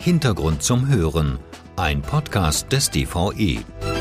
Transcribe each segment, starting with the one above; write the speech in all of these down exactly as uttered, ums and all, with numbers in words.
Hintergrund zum Hören, ein Podcast des D V E.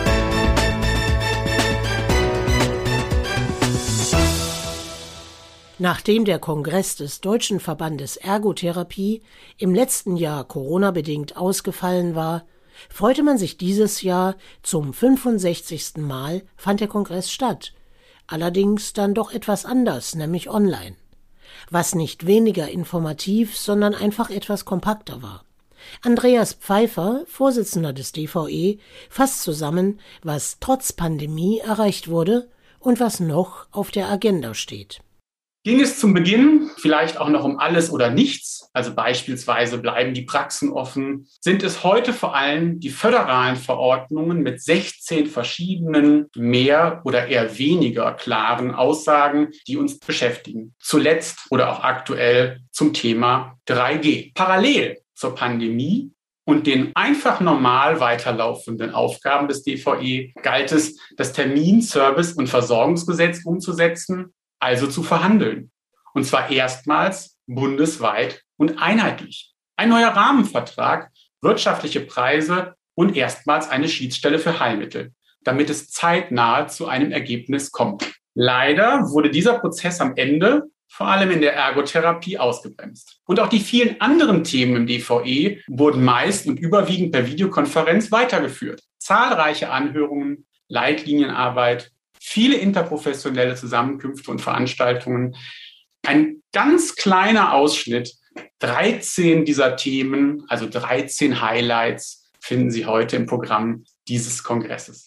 Nachdem der Kongress des Deutschen Verbandes Ergotherapie im letzten Jahr Corona-bedingt ausgefallen war, freute man sich dieses Jahr, zum fünfundsechzigsten Mal fand der Kongress statt. Allerdings dann doch etwas anders, nämlich online. Was nicht weniger informativ, sondern einfach etwas kompakter war. Andreas Pfeiffer, Vorsitzender des D V E, fasst zusammen, was trotz Pandemie erreicht wurde und was noch auf der Agenda steht. Ging es zum Beginn vielleicht auch noch um alles oder nichts, also beispielsweise bleiben die Praxen offen, sind es heute vor allem die föderalen Verordnungen mit sechzehn verschiedenen mehr oder eher weniger klaren Aussagen, die uns beschäftigen. Zuletzt oder auch aktuell zum Thema drei G. Parallel zur Pandemie und den einfach normal weiterlaufenden Aufgaben des D V E galt es, das Termin-, Service- und Versorgungsgesetz umzusetzen, also zu verhandeln. Und zwar erstmals bundesweit und einheitlich. Ein neuer Rahmenvertrag, wirtschaftliche Preise und erstmals eine Schiedsstelle für Heilmittel, damit es zeitnah zu einem Ergebnis kommt. Leider wurde dieser Prozess am Ende vor allem in der Ergotherapie ausgebremst. Und auch die vielen anderen Themen im D V E wurden meist und überwiegend per Videokonferenz weitergeführt. Zahlreiche Anhörungen, Leitlinienarbeit, viele interprofessionelle Zusammenkünfte und Veranstaltungen. Ein ganz kleiner Ausschnitt, dreizehn dieser Themen, also dreizehn Highlights, finden Sie heute im Programm dieses Kongresses.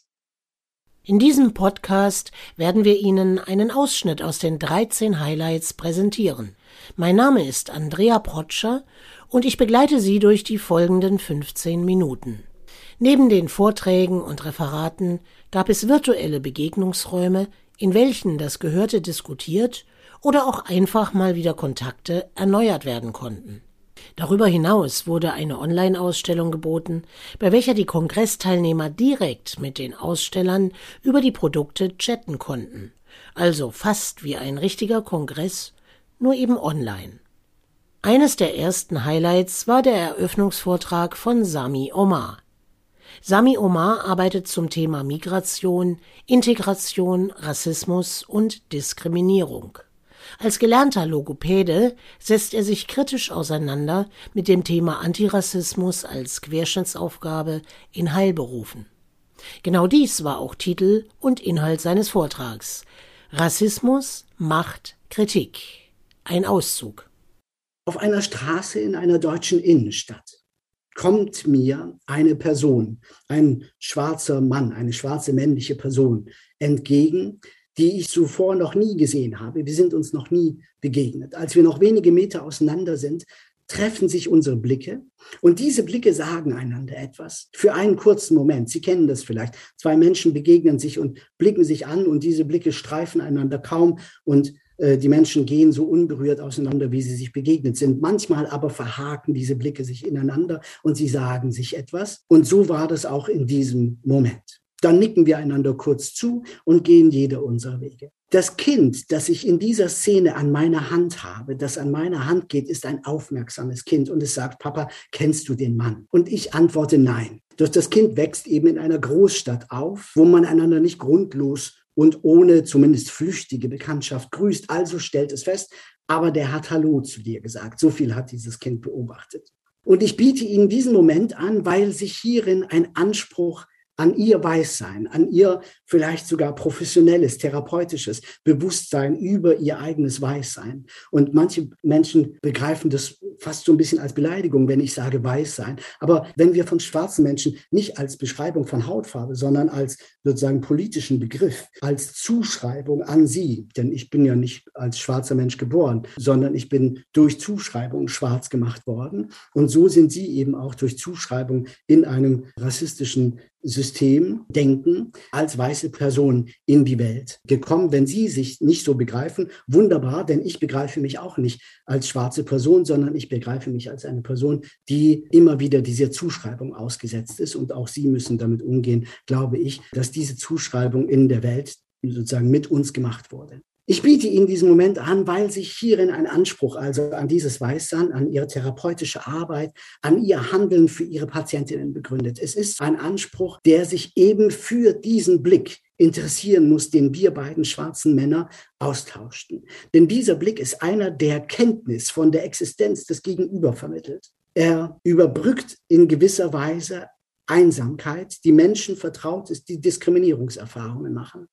In diesem Podcast werden wir Ihnen einen Ausschnitt aus den dreizehn Highlights präsentieren. Mein Name ist Andrea Protscher und ich begleite Sie durch die folgenden fünfzehn Minuten. Neben den Vorträgen und Referaten gab es virtuelle Begegnungsräume, in welchen das Gehörte diskutiert oder auch einfach mal wieder Kontakte erneuert werden konnten. Darüber hinaus wurde eine Online-Ausstellung geboten, bei welcher die Kongressteilnehmer direkt mit den Ausstellern über die Produkte chatten konnten. Also fast wie ein richtiger Kongress, nur eben online. Eines der ersten Highlights war der Eröffnungsvortrag von Sami Omar. Sami Omar arbeitet zum Thema Migration, Integration, Rassismus und Diskriminierung. Als gelernter Logopäde setzt er sich kritisch auseinander mit dem Thema Antirassismus als Querschnittsaufgabe in Heilberufen. Genau dies war auch Titel und Inhalt seines Vortrags. Rassismus, Macht, Kritik. Ein Auszug. Auf einer Straße in einer deutschen Innenstadt kommt mir eine Person, ein schwarzer Mann, eine schwarze männliche Person entgegen, die ich zuvor noch nie gesehen habe. Wir sind uns noch nie begegnet. Als wir noch wenige Meter auseinander sind, treffen sich unsere Blicke und diese Blicke sagen einander etwas. Für einen kurzen Moment, Sie kennen das vielleicht, zwei Menschen begegnen sich und blicken sich an und diese Blicke streifen einander kaum und äh, die Menschen gehen so unberührt auseinander, wie sie sich begegnet sind. Manchmal aber verhaken diese Blicke sich ineinander und sie sagen sich etwas und so war das auch in diesem Moment. Dann nicken wir einander kurz zu und gehen jeder unserer Wege. Das Kind, das ich in dieser Szene an meiner Hand habe, das an meiner Hand geht, ist ein aufmerksames Kind und es sagt, Papa, kennst du den Mann? Und ich antworte nein. Doch das Kind wächst eben in einer Großstadt auf, wo man einander nicht grundlos und ohne zumindest flüchtige Bekanntschaft grüßt. Also stellt es fest, aber der hat Hallo zu dir gesagt. So viel hat dieses Kind beobachtet. Und ich biete Ihnen diesen Moment an, weil sich hierin ein Anspruch an ihr Weißsein, an ihr vielleicht sogar professionelles, therapeutisches Bewusstsein über ihr eigenes Weißsein. Und manche Menschen begreifen das fast so ein bisschen als Beleidigung, wenn ich sage Weißsein. Aber wenn wir von schwarzen Menschen nicht als Beschreibung von Hautfarbe, sondern als sozusagen politischen Begriff, als Zuschreibung an sie, denn ich bin ja nicht als schwarzer Mensch geboren, sondern ich bin durch Zuschreibung schwarz gemacht worden. Und so sind sie eben auch durch Zuschreibung in einem rassistischen System denken, als weiße Person in die Welt gekommen. Wenn Sie sich nicht so begreifen, wunderbar, denn ich begreife mich auch nicht als schwarze Person, sondern ich begreife mich als eine Person, die immer wieder dieser Zuschreibung ausgesetzt ist. Und auch Sie müssen damit umgehen, glaube ich, dass diese Zuschreibung in der Welt sozusagen mit uns gemacht wurde. Ich biete Ihnen diesen Moment an, weil sich hierin ein Anspruch, also an dieses Weißsein, an Ihre therapeutische Arbeit, an Ihr Handeln für Ihre Patientinnen begründet. Es ist ein Anspruch, der sich eben für diesen Blick interessieren muss, den wir beiden schwarzen Männer austauschten. Denn dieser Blick ist einer, der Kenntnis von der Existenz des Gegenüber vermittelt. Er überbrückt in gewisser Weise Einsamkeit, die Menschen vertraut ist, die Diskriminierungserfahrungen machen.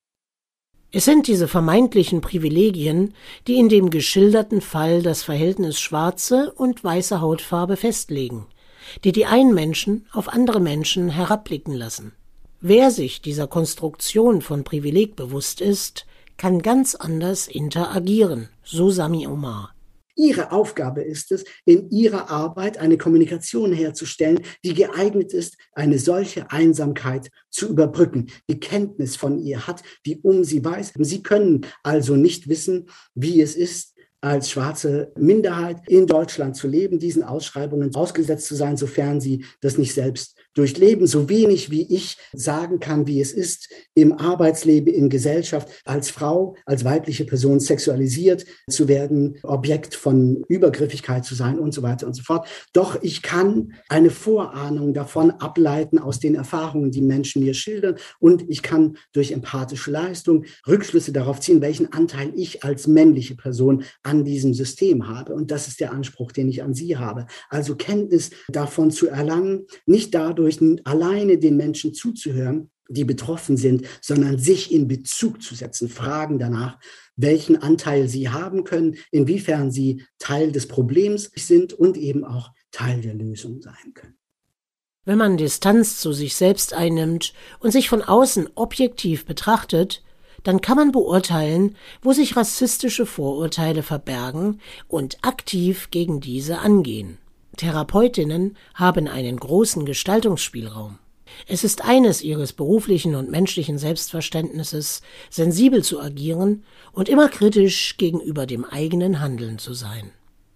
Es sind diese vermeintlichen Privilegien, die in dem geschilderten Fall das Verhältnis schwarze und weiße Hautfarbe festlegen, die die einen Menschen auf andere Menschen herabblicken lassen. Wer sich dieser Konstruktion von Privileg bewusst ist, kann ganz anders interagieren, so Sami Omar. Ihre Aufgabe ist es, in ihrer Arbeit eine Kommunikation herzustellen, die geeignet ist, eine solche Einsamkeit zu überbrücken, die Kenntnis von ihr hat, die um sie weiß. Sie können also nicht wissen, wie es ist, als schwarze Minderheit in Deutschland zu leben, diesen Ausschreibungen ausgesetzt zu sein, sofern sie das nicht selbst durchleben, so wenig wie ich sagen kann, wie es ist, im Arbeitsleben, in Gesellschaft, als Frau, als weibliche Person sexualisiert zu werden, Objekt von Übergriffigkeit zu sein und so weiter und so fort. Doch ich kann eine Vorahnung davon ableiten aus den Erfahrungen, die Menschen mir schildern, und ich kann durch empathische Leistung Rückschlüsse darauf ziehen, welchen Anteil ich als männliche Person an diesem System habe. Und das ist der Anspruch, den ich an Sie habe. Also Kenntnis davon zu erlangen, nicht dadurch, durch alleine den Menschen zuzuhören, die betroffen sind, sondern sich in Bezug zu setzen, Fragen danach, welchen Anteil sie haben können, inwiefern sie Teil des Problems sind und eben auch Teil der Lösung sein können. Wenn man Distanz zu sich selbst einnimmt und sich von außen objektiv betrachtet, dann kann man beurteilen, wo sich rassistische Vorurteile verbergen und aktiv gegen diese angehen. Therapeutinnen haben einen großen Gestaltungsspielraum. Es ist eines ihres beruflichen und menschlichen Selbstverständnisses, sensibel zu agieren und immer kritisch gegenüber dem eigenen Handeln zu sein.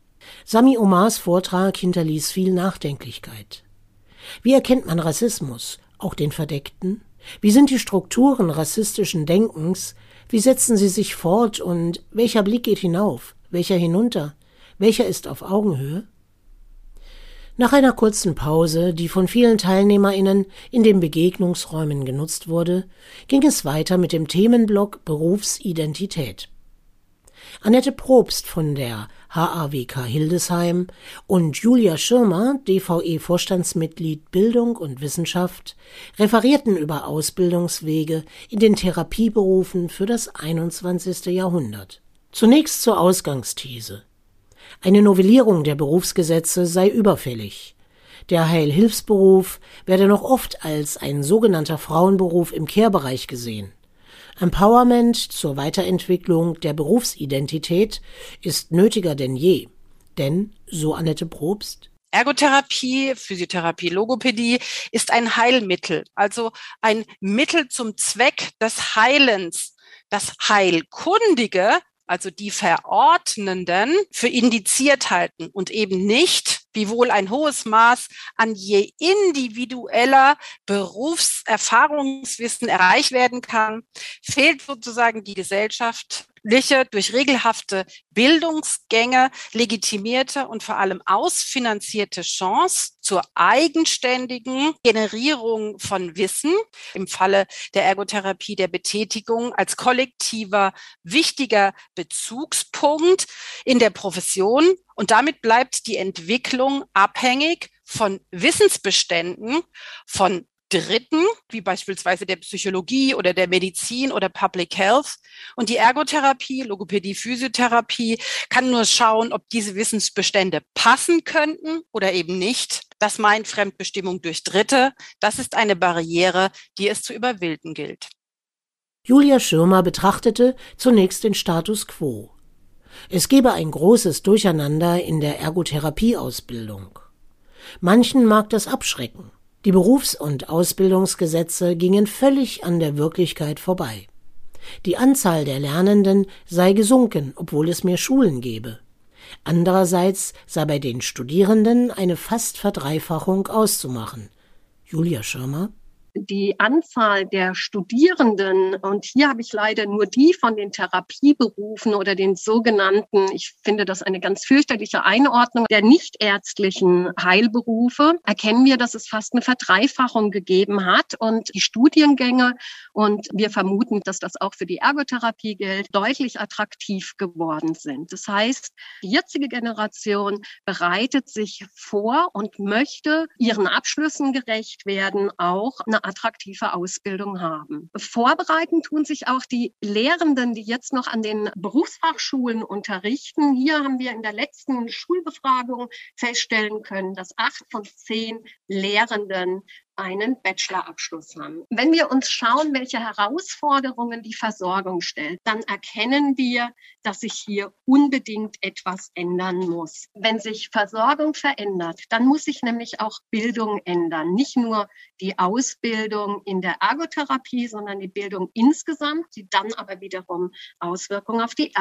Sami Omars Vortrag hinterließ viel Nachdenklichkeit. Wie erkennt man Rassismus, auch den verdeckten? Wie sind die Strukturen rassistischen Denkens? Wie setzen sie sich fort und welcher Blick geht hinauf, welcher hinunter, welcher ist auf Augenhöhe? Nach einer kurzen Pause, die von vielen TeilnehmerInnen in den Begegnungsräumen genutzt wurde, ging es weiter mit dem Themenblock Berufsidentität. Annette Probst von der H A W K Hildesheim und Julia Schirmer, D V E-Vorstandsmitglied Bildung und Wissenschaft, referierten über Ausbildungswege in den Therapieberufen für das einundzwanzigste Jahrhundert. Zunächst zur Ausgangsthese. Eine Novellierung der Berufsgesetze sei überfällig. Der Heilhilfsberuf werde noch oft als ein sogenannter Frauenberuf im Care-Bereich gesehen. Empowerment zur Weiterentwicklung der Berufsidentität ist nötiger denn je. Denn, so Annette Probst, Ergotherapie, Physiotherapie, Logopädie ist ein Heilmittel, also ein Mittel zum Zweck des Heilens. Das Heilkundige, also die Verordnenden, für indiziert halten und eben nicht, wiewohl ein hohes Maß an je individueller Berufserfahrungswissen erreicht werden kann, fehlt sozusagen die gesellschaftliche, durch regelhafte Bildungsgänge legitimierte und vor allem ausfinanzierte Chance zur eigenständigen Generierung von Wissen, im Falle der Ergotherapie der Betätigung als kollektiver, wichtiger Bezugspunkt in der Profession. Und damit bleibt die Entwicklung abhängig von Wissensbeständen, von Dritten, wie beispielsweise der Psychologie oder der Medizin oder Public Health. Und die Ergotherapie, Logopädie, Physiotherapie kann nur schauen, ob diese Wissensbestände passen könnten oder eben nicht. Das meint Fremdbestimmung durch Dritte. Das ist eine Barriere, die es zu überwinden gilt. Julia Schirmer betrachtete zunächst den Status quo. Es gebe ein großes Durcheinander in der Ergotherapieausbildung. Manchen mag das abschrecken. Die Berufs- und Ausbildungsgesetze gingen völlig an der Wirklichkeit vorbei. Die Anzahl der Lernenden sei gesunken, obwohl es mehr Schulen gebe. Andererseits sei bei den Studierenden eine fast Verdreifachung auszumachen. Julia Schirmer: die Anzahl der Studierenden, und hier habe ich leider nur die von den Therapieberufen oder den sogenannten, ich finde das eine ganz fürchterliche Einordnung, der nichtärztlichen Heilberufe, erkennen wir, dass es fast eine Verdreifachung gegeben hat und die Studiengänge, und wir vermuten, dass das auch für die Ergotherapie gilt, deutlich attraktiv geworden sind. Das heißt, die jetzige Generation bereitet sich vor und möchte ihren Abschlüssen gerecht werden, auch eine attraktive Ausbildung haben. Vorbereiten tun sich auch die Lehrenden, die jetzt noch an den Berufsfachschulen unterrichten. Hier haben wir in der letzten Schulbefragung feststellen können, dass acht von zehn Lehrenden einen Bachelorabschluss haben. Wenn wir uns schauen, welche Herausforderungen die Versorgung stellt, dann erkennen wir, dass sich hier unbedingt etwas ändern muss. Wenn sich Versorgung verändert, dann muss sich nämlich auch Bildung ändern. Nicht nur die Ausbildung in der Ergotherapie, sondern die Bildung insgesamt, die dann aber wiederum Auswirkungen auf die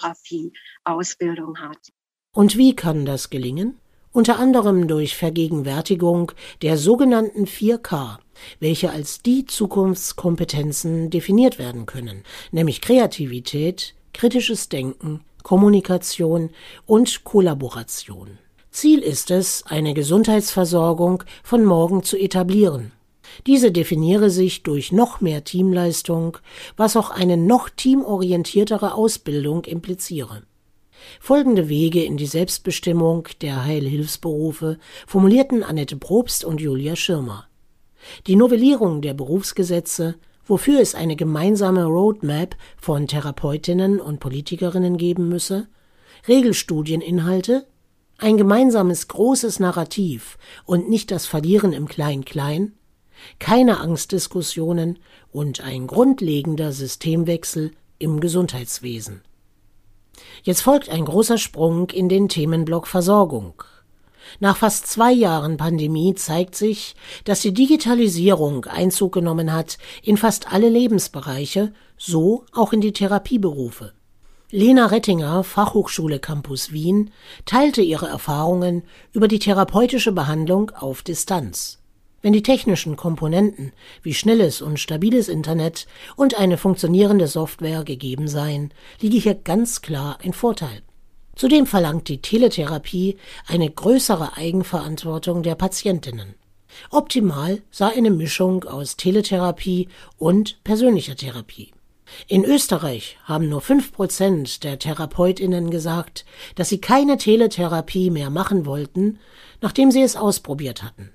Ergotherapie-Ausbildung hat. Und wie kann das gelingen? Unter anderem durch Vergegenwärtigung der sogenannten vier K, welche als die Zukunftskompetenzen definiert werden können, nämlich Kreativität, kritisches Denken, Kommunikation und Kollaboration. Ziel ist es, eine Gesundheitsversorgung von morgen zu etablieren. Diese definiere sich durch noch mehr Teamleistung, was auch eine noch teamorientiertere Ausbildung impliziere. Folgende Wege in die Selbstbestimmung der Heilhilfsberufe formulierten Annette Probst und Julia Schirmer. Die Novellierung der Berufsgesetze, wofür es eine gemeinsame Roadmap von Therapeutinnen und Politikerinnen geben müsse, Regelstudieninhalte, ein gemeinsames großes Narrativ und nicht das Verlieren im Klein-Klein, keine Angstdiskussionen und ein grundlegender Systemwechsel im Gesundheitswesen. Jetzt folgt ein großer Sprung in den Themenblock Versorgung. Nach fast zwei Jahren Pandemie zeigt sich, dass die Digitalisierung Einzug genommen hat in fast alle Lebensbereiche, so auch in die Therapieberufe. Lena Rettinger, Fachhochschule Campus Wien, teilte ihre Erfahrungen über die therapeutische Behandlung auf Distanz. Wenn die technischen Komponenten wie schnelles und stabiles Internet und eine funktionierende Software gegeben seien, liege hier ganz klar ein Vorteil. Zudem verlangt die Teletherapie eine größere Eigenverantwortung der Patientinnen. Optimal sei eine Mischung aus Teletherapie und persönlicher Therapie. In Österreich haben nur fünf Prozent der TherapeutInnen gesagt, dass sie keine Teletherapie mehr machen wollten, nachdem sie es ausprobiert hatten.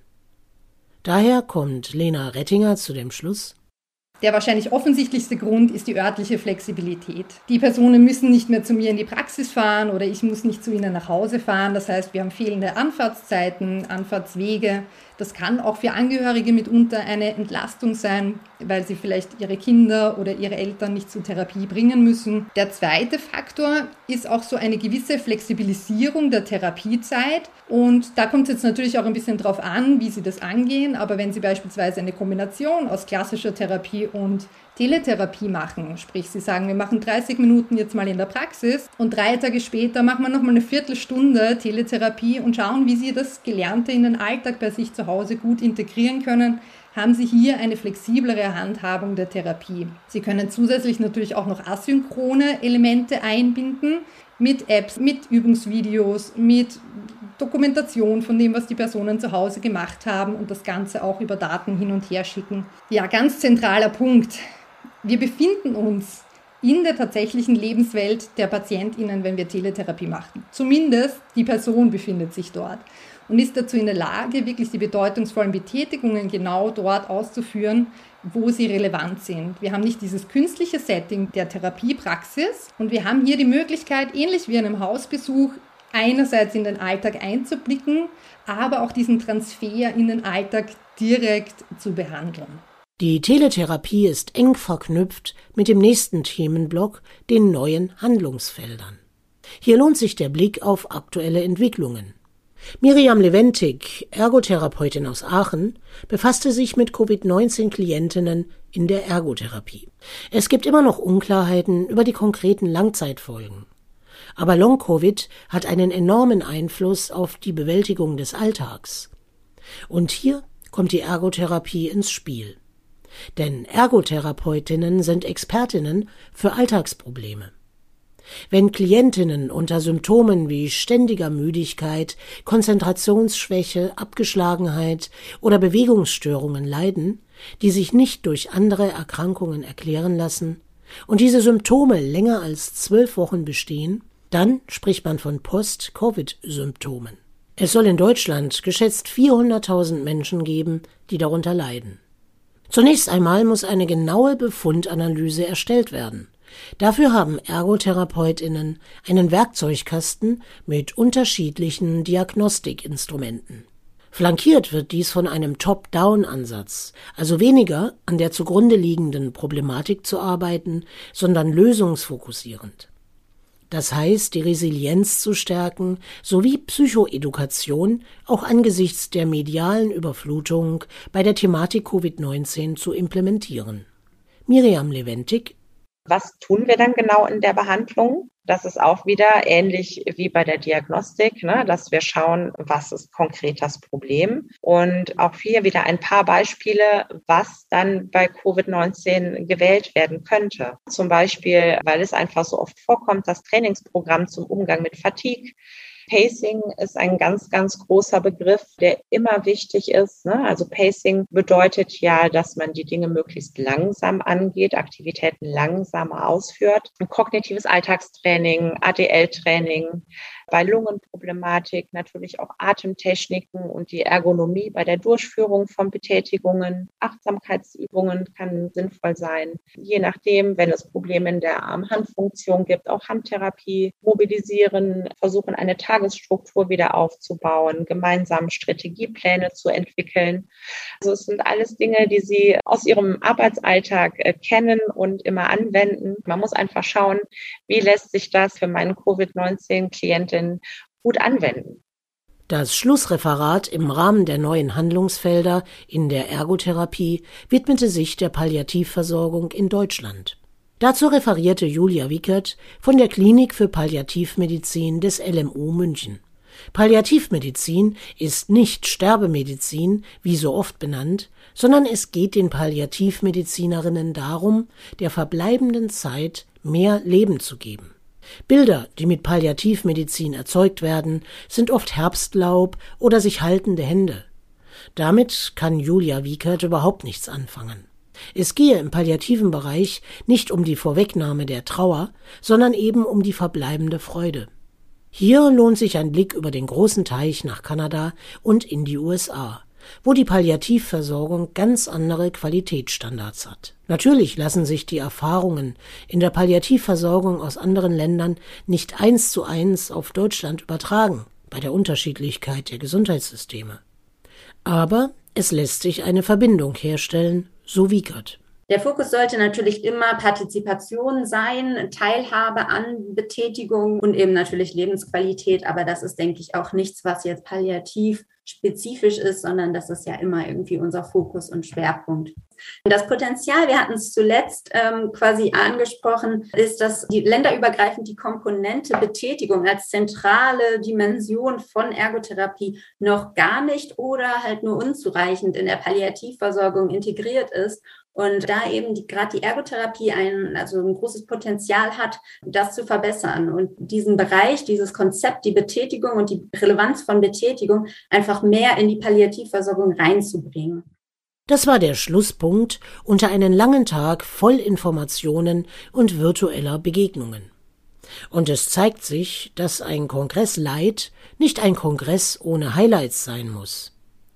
Daher kommt Lena Rettinger zu dem Schluss: Der wahrscheinlich offensichtlichste Grund ist die örtliche Flexibilität. Die Personen müssen nicht mehr zu mir in die Praxis fahren oder ich muss nicht zu ihnen nach Hause fahren. Das heißt, wir haben fehlende Anfahrtszeiten, Anfahrtswege. Das kann auch für Angehörige mitunter eine Entlastung sein, weil sie vielleicht ihre Kinder oder ihre Eltern nicht zur Therapie bringen müssen. Der zweite Faktor ist auch so eine gewisse Flexibilisierung der Therapiezeit. Und da kommt es jetzt natürlich auch ein bisschen drauf an, wie Sie das angehen. Aber wenn Sie beispielsweise eine Kombination aus klassischer Therapie und Teletherapie machen, sprich Sie sagen, wir machen dreißig Minuten jetzt mal in der Praxis und drei Tage später machen wir nochmal eine Viertelstunde Teletherapie und schauen, wie Sie das Gelernte in den Alltag bei sich zu Hause gut integrieren können, haben Sie hier eine flexiblere Handhabung der Therapie. Sie können zusätzlich natürlich auch noch asynchrone Elemente einbinden mit Apps, mit Übungsvideos, mit Dokumentation von dem, was die Personen zu Hause gemacht haben und das Ganze auch über Daten hin und her schicken. Ja, ganz zentraler Punkt. Wir befinden uns in der tatsächlichen Lebenswelt der PatientInnen, wenn wir Teletherapie machen. Zumindest die Person befindet sich dort und ist dazu in der Lage, wirklich die bedeutungsvollen Betätigungen genau dort auszuführen, wo sie relevant sind. Wir haben nicht dieses künstliche Setting der Therapiepraxis und wir haben hier die Möglichkeit, ähnlich wie einem Hausbesuch, einerseits in den Alltag einzublicken, aber auch diesen Transfer in den Alltag direkt zu behandeln. Die Teletherapie ist eng verknüpft mit dem nächsten Themenblock, den neuen Handlungsfeldern. Hier lohnt sich der Blick auf aktuelle Entwicklungen. Miriam Leventig, Ergotherapeutin aus Aachen, befasste sich mit Covid neunzehn Klientinnen in der Ergotherapie. Es gibt immer noch Unklarheiten über die konkreten Langzeitfolgen. Aber Long-Covid hat einen enormen Einfluss auf die Bewältigung des Alltags. Und hier kommt die Ergotherapie ins Spiel. Denn Ergotherapeutinnen sind Expertinnen für Alltagsprobleme. Wenn Klientinnen unter Symptomen wie ständiger Müdigkeit, Konzentrationsschwäche, Abgeschlagenheit oder Bewegungsstörungen leiden, die sich nicht durch andere Erkrankungen erklären lassen, und diese Symptome länger als zwölf Wochen bestehen, dann spricht man von Post-Covid-Symptomen. Es soll in Deutschland geschätzt vierhunderttausend Menschen geben, die darunter leiden. Zunächst einmal muss eine genaue Befundanalyse erstellt werden. Dafür haben ErgotherapeutInnen einen Werkzeugkasten mit unterschiedlichen Diagnostikinstrumenten. Flankiert wird dies von einem Top-Down-Ansatz, also weniger an der zugrunde liegenden Problematik zu arbeiten, sondern lösungsfokussierend. Das heißt, die Resilienz zu stärken, sowie Psychoedukation auch angesichts der medialen Überflutung bei der Thematik Covid neunzehn zu implementieren. Miriam Leventig. Was tun wir dann genau in der Behandlung? Das ist auch wieder ähnlich wie bei der Diagnostik, ne, dass wir schauen, was ist konkret das Problem. Und auch hier wieder ein paar Beispiele, was dann bei Covid neunzehn gewählt werden könnte. Zum Beispiel, weil es einfach so oft vorkommt, das Trainingsprogramm zum Umgang mit Fatigue. Pacing ist ein ganz, ganz großer Begriff, der immer wichtig ist. Ne? Also Pacing bedeutet ja, dass man die Dinge möglichst langsam angeht, Aktivitäten langsamer ausführt. Ein kognitives Alltagstraining, A D L-Training, bei Lungenproblematik natürlich auch Atemtechniken und die Ergonomie bei der Durchführung von Betätigungen. Achtsamkeitsübungen kann sinnvoll sein. Je nachdem, wenn es Probleme in der Arm-Hand-Funktion gibt, auch Handtherapie, mobilisieren, versuchen eine Tagesstruktur wieder aufzubauen, gemeinsam Strategiepläne zu entwickeln. Also es sind alles Dinge, die Sie aus Ihrem Arbeitsalltag äh, kennen und immer anwenden. Man muss einfach schauen, wie lässt sich das für meinen Covid neunzehn Klienten gut anwenden. Das Schlussreferat im Rahmen der neuen Handlungsfelder in der Ergotherapie widmete sich der Palliativversorgung in Deutschland. Dazu referierte Julia Wickert von der Klinik für Palliativmedizin des L M U München. Palliativmedizin ist nicht Sterbemedizin, wie so oft benannt, sondern es geht den Palliativmedizinerinnen darum, der verbleibenden Zeit mehr Leben zu geben. Bilder, die mit Palliativmedizin erzeugt werden, sind oft Herbstlaub oder sich haltende Hände. Damit kann Julia Wickert überhaupt nichts anfangen. Es gehe im palliativen Bereich nicht um die Vorwegnahme der Trauer, sondern eben um die verbleibende Freude. Hier lohnt sich ein Blick über den großen Teich nach Kanada und in die U S A, wo die Palliativversorgung ganz andere Qualitätsstandards hat. Natürlich lassen sich die Erfahrungen in der Palliativversorgung aus anderen Ländern nicht eins zu eins auf Deutschland übertragen, bei der Unterschiedlichkeit der Gesundheitssysteme. Aber es lässt sich eine Verbindung herstellen, so Wickert. Der Fokus sollte natürlich immer Partizipation sein, Teilhabe an Betätigung und eben natürlich Lebensqualität. Aber das ist, denke ich, auch nichts, was jetzt palliativ spezifisch ist, sondern das ist ja immer irgendwie unser Fokus und Schwerpunkt. Das Potenzial, wir hatten es zuletzt ähm, quasi angesprochen, ist, dass die länderübergreifend die Komponente Betätigung als zentrale Dimension von Ergotherapie noch gar nicht oder halt nur unzureichend in der Palliativversorgung integriert ist. Und da eben die, gerade die Ergotherapie ein, also ein großes Potenzial hat, das zu verbessern und diesen Bereich, dieses Konzept, die Betätigung und die Relevanz von Betätigung einfach mehr in die Palliativversorgung reinzubringen. Das war der Schlusspunkt unter einen langen Tag voll Informationen und virtueller Begegnungen. Und es zeigt sich, dass ein Kongress Light nicht ein Kongress ohne Highlights sein muss.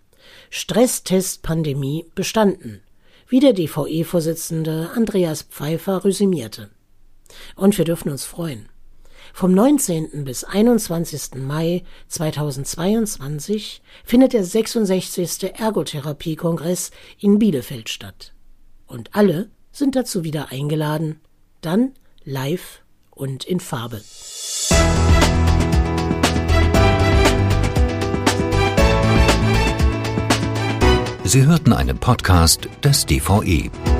Stresstest Pandemie bestanden, wie der D V E-Vorsitzende Andreas Pfeiffer resümierte. Und wir dürfen uns freuen. Vom neunzehnten bis einundzwanzigsten Mai zweitausendzweiundzwanzig findet der sechsundsechzigste Ergotherapie-Kongress in Bielefeld statt. Und alle sind dazu wieder eingeladen, dann live und in Farbe. Sie hörten einen Podcast des D V E.